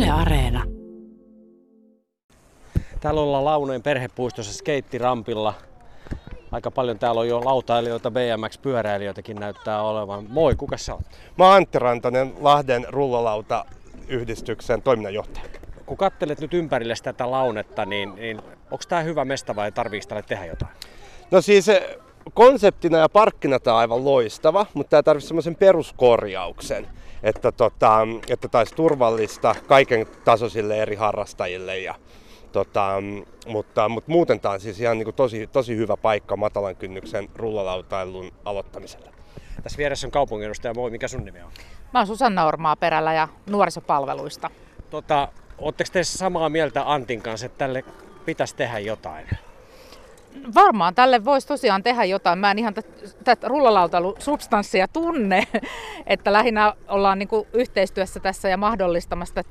Yle Areena. Täällä ollaan Launojen perhepuistossa skeittirampilla. Aika paljon täällä on jo lautailijoita, BMX-pyöräilijöitäkin näyttää olevan. Moi, kuka sä oot? Mä oon Antti Rantanen, Lahden rullalautayhdistyksen toiminnanjohtaja. Kun katselet nyt ympärille tätä launetta, niin onko tää hyvä mesta vai tarviiko tälle tehdä jotain? No siis konseptina ja parkkina tää on aivan loistava, mutta tää tarvitsee semmoisen peruskorjauksen, että tää olisi turvallista kaiken tasoisille eri harrastajille. Mutta muuten tää on siis ihan niin kuin tosi hyvä paikka matalan kynnyksen rullalautailun aloittamiselle. Tässä vieressä on kaupunginostaja. Moi, mikä sun nimi on? Mä oon Susanna Ormaa-Perällä ja nuorisopalveluista. Ootteko te samaa mieltä Antin kanssa, että tälle pitäisi tehdä jotain? Varmaan tälle voisi tosiaan tehdä jotain. Mä en ihan tätä rullalautailusubstanssia tunne, että lähinnä ollaan niinku yhteistyössä tässä ja mahdollistamassa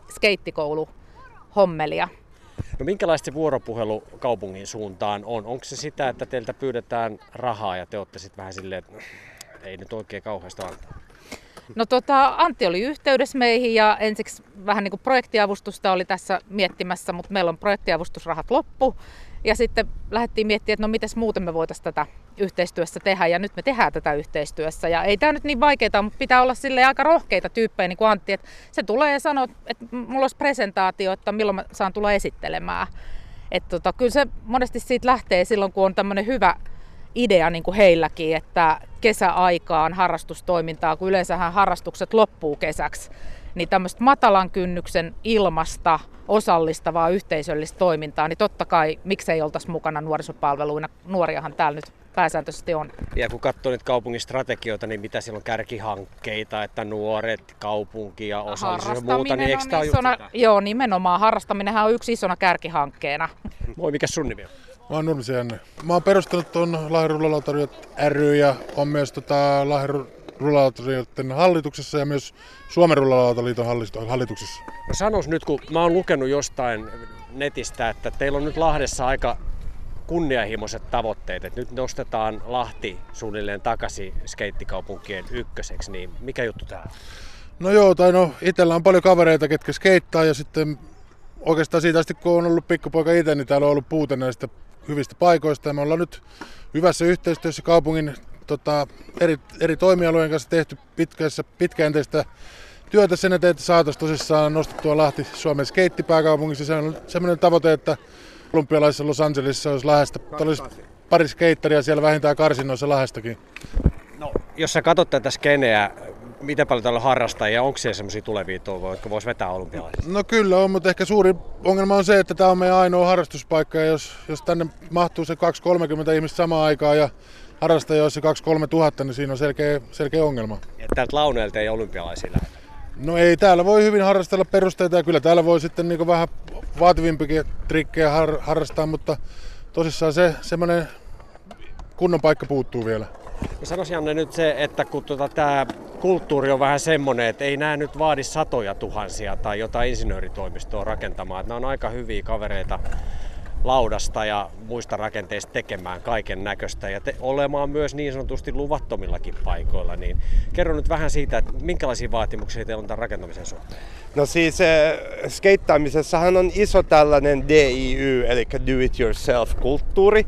kesäskeittikouluhommelia. No minkälaista se vuoropuhelu kaupungin suuntaan on? Onko se sitä, että teiltä pyydetään rahaa ja te olette sitten vähän silleen, että ei nyt oikein kauheasta antaa? No Antti oli yhteydessä meihin ja ensiksi vähän niin kuin projektiavustusta oli tässä miettimässä, mutta meillä on projektiavustusrahat loppu. Ja sitten lähdettiin miettimään, että no mites muuten me voitaisiin tätä yhteistyössä tehdä, ja nyt me tehdään tätä yhteistyössä. Ja ei tämä nyt niin vaikeaa, mutta pitää olla silleen aika rohkeita tyyppejä, niin kuin Antti, että se tulee ja sanoo, että mulla olisi presentaatio, että milloin mä saan tulla esittelemään. Että kyllä se monesti siitä lähtee silloin, kun on tämmöinen hyvä idea niin kuin heilläkin, että kesäaikaan harrastustoimintaa, kun yleensähän harrastukset loppuu kesäksi, niin tämmöistä matalan kynnyksen ilmasta osallistavaa yhteisöllistä toimintaa, niin totta kai miksei oltaisi mukana nuorisopalveluina. Nuoriahan täällä nyt pääsääntöisesti on. Ja kun katsoo nyt kaupungin strategioita, niin mitä siellä on kärkihankkeita, että nuoret, kaupunki ja osallisuus ja muuta, niin eikö tämä ole just sitä? Joo, nimenomaan. Harrastaminenhan on yksi isona kärkihankkeena. Moi, mikä sun nimi on? Mä oon Nurmisen Janne. Mä oon perustanut tuon Lahden rullalautailijat ry ja on myös Lahden rullalautailijat hallituksessa ja myös Suomen rullalautaliiton hallituksessa. No sanois nyt, kun mä oon lukenut jostain netistä, että teillä on nyt Lahdessa aika kunnianhimoiset tavoitteet, että nyt nostetaan Lahti suunnilleen takaisin skeittikaupunkien ykköseksi, niin mikä juttu tää on? No joo, itsellä on paljon kavereita, ketkä skeittaa ja sitten oikeastaan siitä asti, kun on ollut pikkupoika itse, niin täällä on ollut puute näistä hyvistä paikoista ja me ollaan nyt hyvässä yhteistyössä kaupungin eri toimialojen kanssa tehty pitkäjänteistä työtä sen eteen, että saataisiin tosissaan nostettua Lahti Suomen skeittipääkaupungissa. Se on sellainen tavoite, että olympialaisissa Los Angelesissa olisi pari skeittaria siellä vähintään karsinnoissa Lahdestakin. No, jos sä katsot tätä skeneä, miten paljon täällä on harrastajia, onko siellä sellaisia tulevia toivoja, jotka vois vetää olympialaisissa? No kyllä on, mutta ehkä suuri ongelma on se, että tämä on meidän ainoa harrastuspaikka ja jos tänne mahtuu se 230 ihmistä samaan aikaan ja harrastajia olisi 2-3 tuhatta, niin siinä on selkeä ongelma. Että täältä Launeelta ei olympialaisia lähde? No ei, täällä voi hyvin harrastella perusteita ja kyllä täällä voi sitten niin vähän vaativimpikin trikkejä harrastaa, mutta tosissaan se semmoinen kunnon paikka puuttuu vielä. No sanoisin Janne nyt se, että kun tämä kulttuuri on vähän semmoinen, että ei nämä nyt vaadi satoja tuhansia tai jotain insinööritoimistoa rakentamaan. Että nämä on aika hyviä kavereita laudasta ja muista rakenteista tekemään kaiken näköistä ja olemaan myös niin sanotusti luvattomillakin paikoilla. Niin kerro nyt vähän siitä, että minkälaisia vaatimuksia teillä on tämän rakentamisen suhteen? No siis skeittaamisessahan on iso tällainen DIY, eli do it yourself -kulttuuri.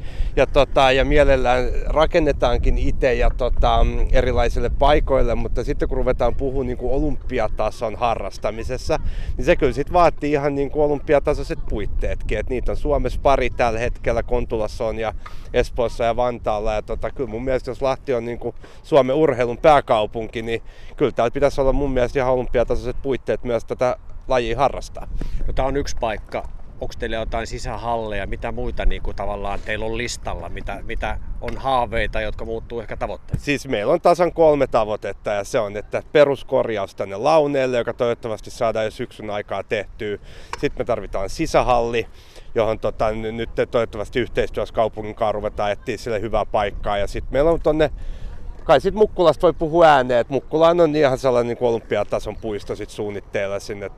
Ja mielellään rakennetaankin itse ja erilaisille paikoille, mutta sitten kun ruvetaan puhumaan niin kuin olympiatason harrastamisessa, niin se kyllä sitten vaatii ihan niin kuin olympiatasoiset puitteetkin. Et niitä on Suomessa pari tällä hetkellä, Kontulassa on ja Espoossa ja Vantaalla. Ja kyllä mun mielestä, jos Lahti on niin kuin Suomen urheilun pääkaupunki, niin kyllä täällä pitäisi olla mun mielestä ihan olympiatasoiset puitteet myös tätä lajia harrastaa. No, tämä on yksi paikka. Onko teillä jotain sisähalleja, mitä muita niin kuin tavallaan teillä on listalla, mitä on haaveita, jotka muuttuu ehkä tavoitteeksi? Siis meillä on tasan 3 tavoitetta ja se on, että peruskorjaus tänne Launeelle, joka toivottavasti saadaan jo syksyn aikaa tehtyä. Sitten me tarvitaan sisähalli, johon nyt toivottavasti yhteistyössä kaupungin kanssa ruvetaan etsiä sille hyvää paikkaa. Ja sitten meillä on tonne, kai sit Mukkulasta voi puhua ääneen, että Mukkulaan on ihan sellainen niin kuin olympiatason puisto sit suunnitteilla sinne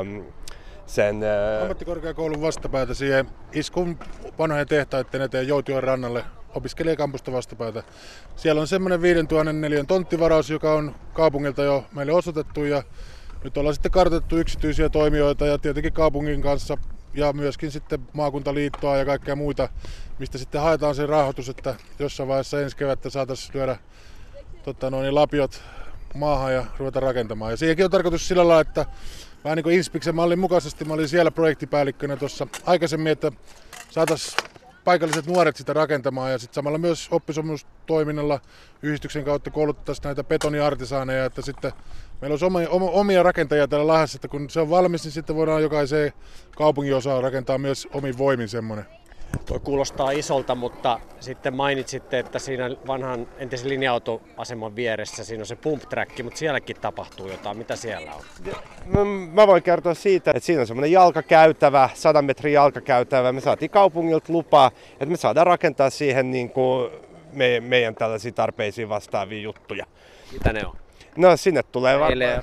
ammattikorkeakoulun vastapäätä siihen Iskun vanhojen tehtaiden eteen Joutioen rannalle opiskelijakampusta vastapäätä. Siellä on semmoinen 5000 neliön tonttivaraus, joka on kaupungilta jo meille osoitettu ja nyt ollaan sitten kartoitettu yksityisiä toimijoita ja tietenkin kaupungin kanssa ja myöskin sitten maakuntaliittoa ja kaikkea muita, mistä sitten haetaan se rahoitus, että jossain vaiheessa ensi kevättä saataisiin lyödä lapiot maahan ja ruveta rakentamaan. Ja siihenkin on tarkoitus sillä lailla, että vähän niin kuin Inspiksen mallin mukaisesti mä olin siellä projektipäällikkönä tuossa aikaisemmin, että saataisiin paikalliset nuoret sitä rakentamaan ja sitten samalla myös oppisopimustoiminnalla yhdistyksen kautta koulutettaisiin näitä betoniartisaaneja, että sitten meillä olisi omia rakentajia täällä Lahdessa, että kun se on valmis, niin sitten voidaan jokaiseen kaupungin osaan rakentaa myös omin voimin semmoinen. Tuo kuulostaa isolta, mutta sitten mainitsitte, että siinä vanhan entisen linja-autoaseman vieressä siinä on se pump track, mutta sielläkin tapahtuu jotain. Mitä siellä on? Mä voin kertoa siitä, että siinä on semmoinen jalkakäytävä, 100 metrin jalkakäytävä. Me saatiin kaupungilta lupaa, että me saadaan rakentaa siihen niin kuin meidän tällaisiin tarpeisiin vastaavia juttuja. Mitä ne on? No sinne tulee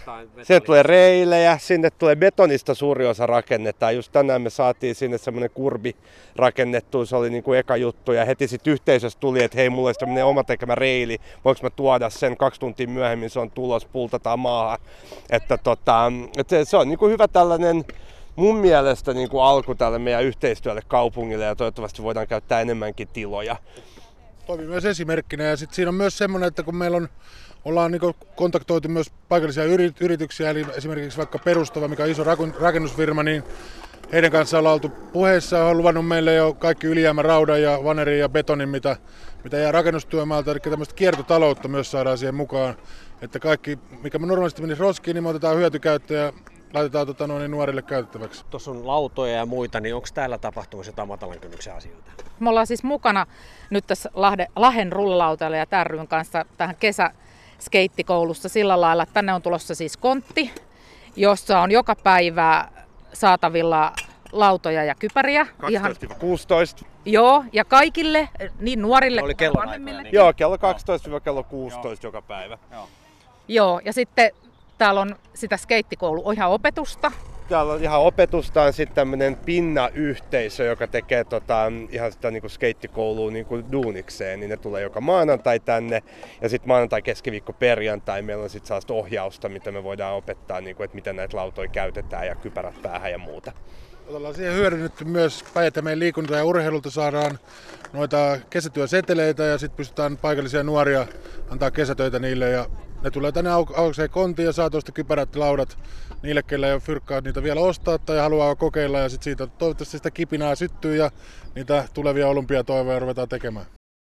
reilejä, sinne tulee betonista suuri osa rakennetaan. Just tänään me saatiin sinne semmoinen kurbi rakennettu, se oli niin kuin eka juttu ja heti sitten yhteisössä tuli, että hei, mulla on semmoinen oma tekemä reili, voinko mä tuoda sen 2 tuntia myöhemmin, se on tulos, pultataan maahan. Että se on niin kuin hyvä tällainen mun mielestä niin kuin alku tälle meidän yhteistyölle kaupungille ja toivottavasti voidaan käyttää enemmänkin tiloja. Toimii myös esimerkkinä ja sitten siinä on myös semmoinen, että kun meillä ollaan niin kontaktoitu myös paikallisia yrityksiä, eli esimerkiksi vaikka Perustava, mikä on iso rakennusfirma, niin heidän kanssaan ollaan oltu puheissa ja on luvannut meille jo kaikki ylijäämäraudan ja vanerin ja betonin, mitä jää rakennustyömaalta, eli tämmöistä kiertotaloutta myös saadaan siihen mukaan, että kaikki, mikä me normaalisti menisi roskiin, niin me otetaan hyötykäyttöön ja laitetaan nuorille käytettäväksi. Tuossa on lautoja ja muita, niin onko täällä tapahtumassa jotain matalan kynnyksen asioita? Me ollaan siis mukana nyt tässä Lahden rullalautalla ja tärryn kanssa tähän kesäskeittikoulussa sillä lailla, että tänne on tulossa siis kontti, jossa on joka päivä saatavilla lautoja ja kypäriä. 12-16. Joo, ja kaikille, niin nuorille kuin vanhemmille. Joo, kello 12 kello 16 joka päivä. Joo, ja sitten täällä on sitä skeittikoulua ihan opetusta. Täällä on ihan opetusta, on sitten tämmöinen pinnayhteisö, joka tekee ihan sitä niinku skeittikoulua niinku duunikseen, niin ne tulee joka maanantai tänne. Ja sitten maanantai, keskiviikko, perjantai meillä on sitten sellaista ohjausta, mitä me voidaan opettaa, niinku, että miten näitä lautoja käytetään ja kypärät päähän ja muuta. Ollaan siihen hyödynnetty myös Päijät-Hämeen liikunta- ja urheilulta saadaan noita kesätyöseteleitä ja sitten pystytään paikallisia nuoria antaa kesätöitä niille ja ne tulee tänne aukseen kontiin ja saa tuosta kypärät ja laudat niille, kelle ei ole fyrkkaa niitä vielä ostaa tai haluaa kokeilla ja sitten siitä toivottavasti sitä kipinää syttyy ja niitä tulevia olympiatoivoja ruvetaan tekemään.